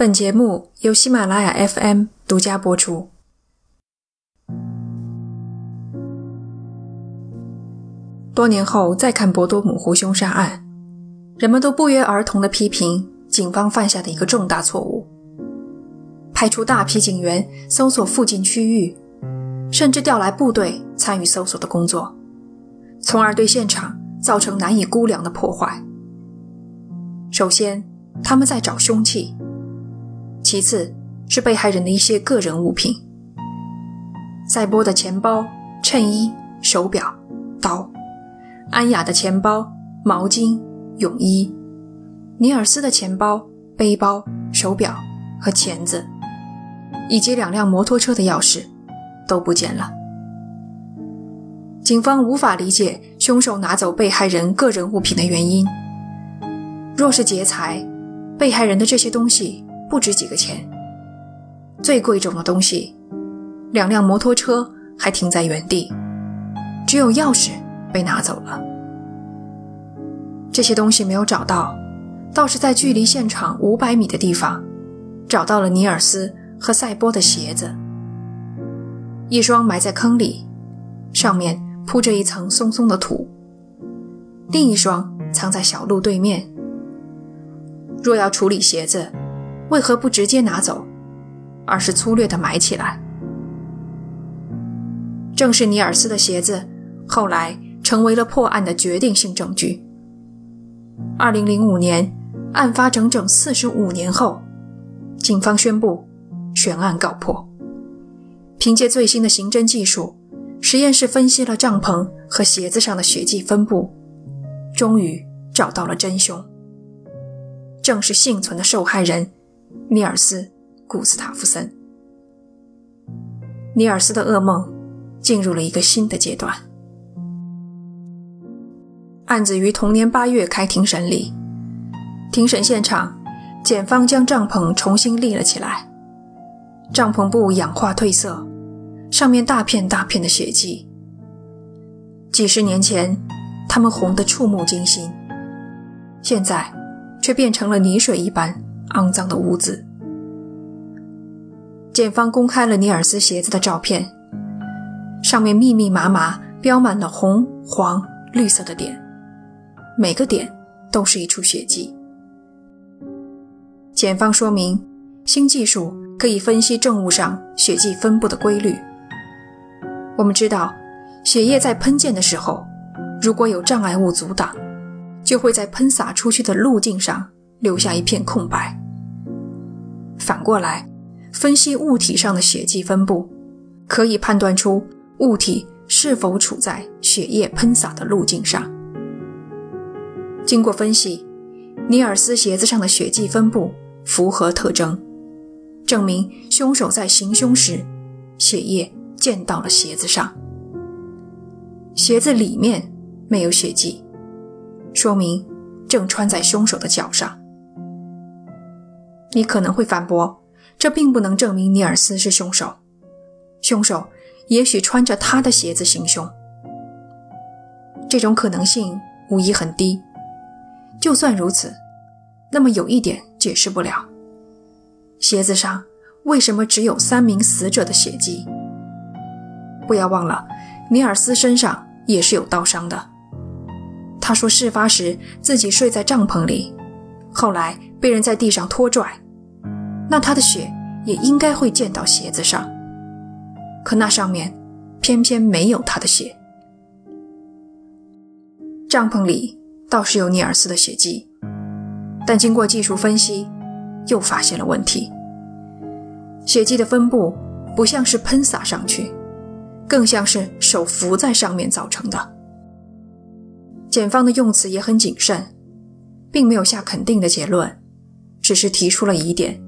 本节目由喜马拉雅 FM 独家播出。多年后再看博多姆湖凶杀案，人们都不约而同地批评警方犯下的一个重大错误，派出大批警员搜索附近区域，甚至调来部队参与搜索的工作，从而对现场造成难以估量的破坏。首先，他们在找凶器，其次是被害人的一些个人物品。赛波的钱包、衬衣、手表、刀，安雅的钱包、毛巾、泳衣，尼尔斯的钱包、背包、手表和钳子，以及2辆摩托车的钥匙都不见了。警方无法理解凶手拿走被害人个人物品的原因。若是劫财，被害人的这些东西不值几个钱，最贵重的东西，2辆摩托车还停在原地，只有钥匙被拿走了。这些东西没有找到，倒是在距离现场500米的地方找到了尼尔斯和赛波的鞋子，一双埋在坑里，上面铺着一层松松的土，另一双藏在小路对面。若要处理鞋子，为何不直接拿走，而是粗略地埋起来？正是尼尔斯的鞋子后来成为了破案的决定性证据。2005年，案发整整45年后，警方宣布悬案告破。凭借最新的刑侦技术，实验室分析了帐篷和鞋子上的血迹分布，终于找到了真凶。正是幸存的受害人尼尔斯·古斯塔夫森。尼尔斯的噩梦进入了一个新的阶段。案子于同年8月开庭审理，庭审现场，检方将帐篷重新立了起来，帐篷布氧化褪色，上面大片大片的血迹。几十年前，它们红得触目惊心，现在却变成了泥水一般肮脏的污渍。检方公开了尼尔斯鞋子的照片，上面密密麻麻标满了红、黄、绿色的点，每个点都是一处血迹。检方说明，新技术可以分析证物上血迹分布的规律。我们知道，血液在喷溅的时候，如果有障碍物阻挡，就会在喷洒出去的路径上留下一片空白。反过来，分析物体上的血迹分布，可以判断出物体是否处在血液喷洒的路径上。经过分析，尼尔斯鞋子上的血迹分布符合特征，证明凶手在行凶时，血液溅到了鞋子上。鞋子里面没有血迹，说明正穿在凶手的脚上。你可能会反驳，这并不能证明尼尔斯是凶手，凶手也许穿着他的鞋子行凶。这种可能性无疑很低，就算如此，那么有一点解释不了，鞋子上为什么只有3名死者的血迹？不要忘了，尼尔斯身上也是有刀伤的。他说事发时自己睡在帐篷里，后来被人在地上拖拽，那他的血也应该会溅到鞋子上，可那上面偏偏没有他的血。帐篷里倒是有尼尔斯的血迹，但经过技术分析，又发现了问题。血迹的分布不像是喷洒上去，更像是手扶在上面造成的。检方的用词也很谨慎，并没有下肯定的结论，只是提出了疑点。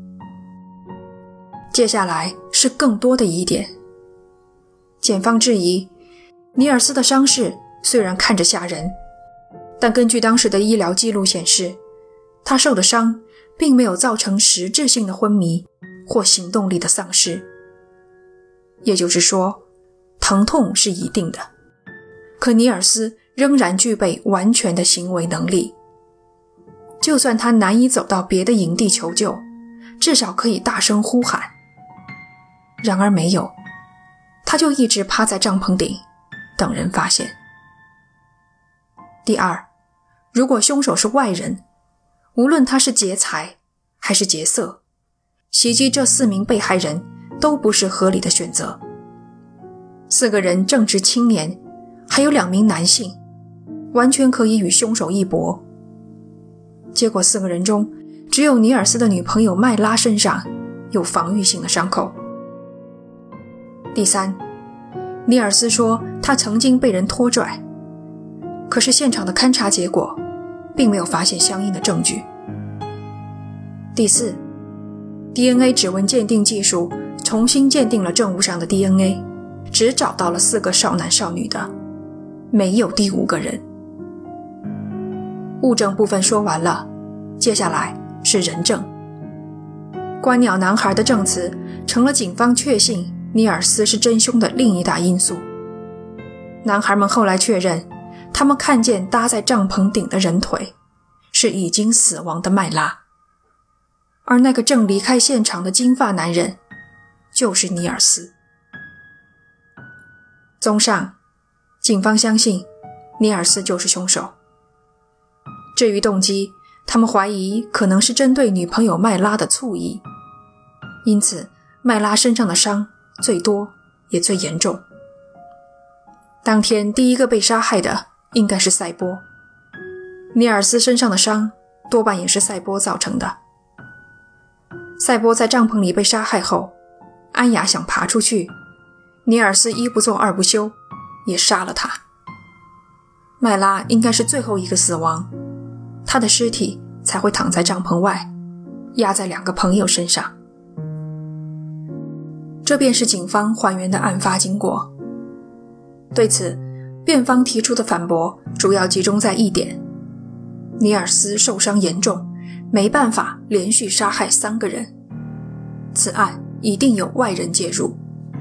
接下来是更多的疑点。检方质疑，尼尔斯的伤势虽然看着吓人，但根据当时的医疗记录显示，他受的伤并没有造成实质性的昏迷或行动力的丧失。也就是说，疼痛是一定的，可尼尔斯仍然具备完全的行为能力。就算他难以走到别的营地求救， 至少可以大声呼喊。然而没有，他就一直趴在帐篷顶，等人发现。第二，如果凶手是外人，无论他是劫财还是劫色，袭击这4名被害人都不是合理的选择。4个人正值青年，还有2名男性，完全可以与凶手一搏。结果4个人中，只有尼尔斯的女朋友麦拉身上有防御性的伤口。第三，尼尔斯说他曾经被人拖拽，可是现场的勘查结果并没有发现相应的证据。第四， DNA 指纹鉴定技术重新鉴定了证物上的 DNA， 只找到了4个少男少女的，没有第5个人。物证部分说完了，接下来是人证。观鸟男孩的证词成了警方确信尼尔斯是真凶的另一大因素。男孩们后来确认，他们看见搭在帐篷顶的人腿是已经死亡的麦拉，而那个正离开现场的金发男人就是尼尔斯。综上，警方相信尼尔斯就是凶手。至于动机，他们怀疑可能是针对女朋友麦拉的醋意，因此麦拉身上的伤最多也最严重。当天第一个被杀害的应该是赛波，尼尔斯身上的伤多半也是赛波造成的。赛波在帐篷里被杀害后，安雅想爬出去，尼尔斯一不做二不休，也杀了他。麦拉应该是最后一个死亡，他的尸体才会躺在帐篷外，压在2个朋友身上。这便是警方还原的案发经过。对此，辩方提出的反驳主要集中在一点：尼尔斯受伤严重，没办法连续杀害3个人，此案一定有外人介入。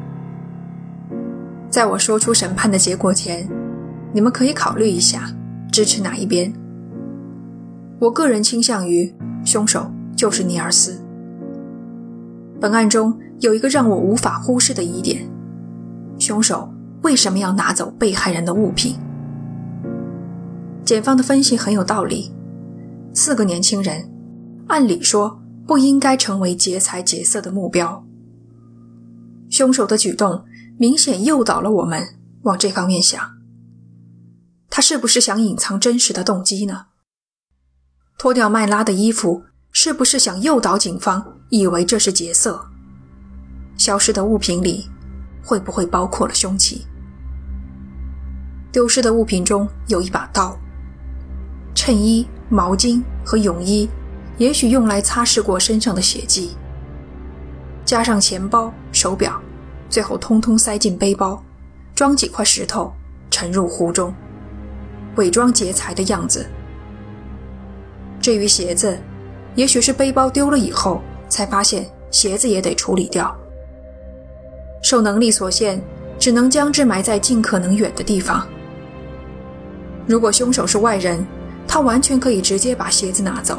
在我说出审判的结果前，你们可以考虑一下支持哪一边。我个人倾向于凶手就是尼尔斯。本案中有一个让我无法忽视的疑点：凶手为什么要拿走被害人的物品？检方的分析很有道理，4个年轻人按理说不应该成为劫财劫色的目标。凶手的举动明显诱导了我们往这方面想，他是不是想隐藏真实的动机呢？脱掉麦拉的衣服，是不是想诱导警方以为这是劫色？消失的物品里会不会包括了凶器？丢失的物品中有一把刀，衬衣、毛巾和泳衣也许用来擦拭过身上的血迹，加上钱包、手表，最后通通塞进背包，装几块石头沉入湖中，伪装劫财的样子。至于鞋子，也许是背包丢了以后才发现鞋子也得处理掉，受能力所限，只能将之埋在尽可能远的地方。如果凶手是外人，他完全可以直接把鞋子拿走。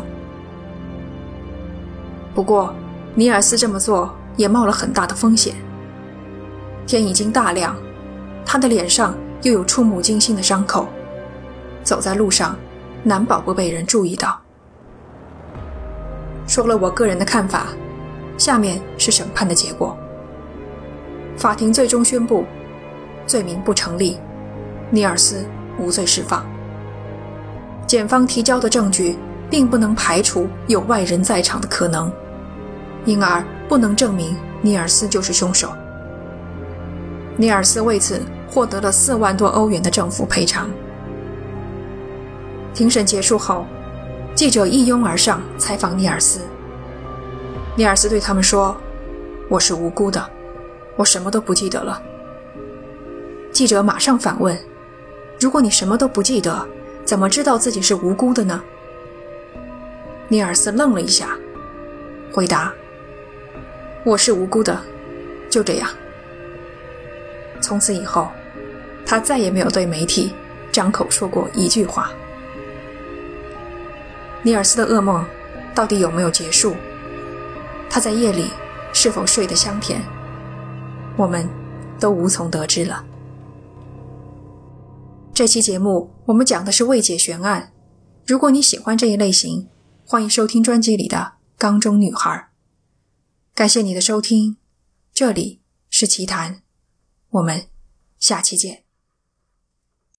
不过尼尔斯这么做也冒了很大的风险。天已经大亮，他的脸上又有触目惊心的伤口，走在路上难保不被人注意到。说了我个人的看法，下面是审判的结果。法庭最终宣布罪名不成立，尼尔斯无罪释放。检方提交的证据并不能排除有外人在场的可能，因而不能证明尼尔斯就是凶手。尼尔斯为此获得了4万多欧元的政府赔偿。庭审结束后，记者一拥而上采访尼尔斯。尼尔斯对他们说：“我是无辜的，我什么都不记得了。”记者马上反问：“如果你什么都不记得，怎么知道自己是无辜的呢？”尼尔斯愣了一下，回答：“我是无辜的，就这样。”从此以后，他再也没有对媒体张口说过一句话。尼尔斯的噩梦到底有没有结束？ 她在夜里是否睡得香甜，我们都无从得知了。这期节目我们讲的是未解悬案，如果你喜欢这一类型，欢迎收听专辑里的《缸中女孩》。感谢你的收听，这里是奇谈，我们下期见。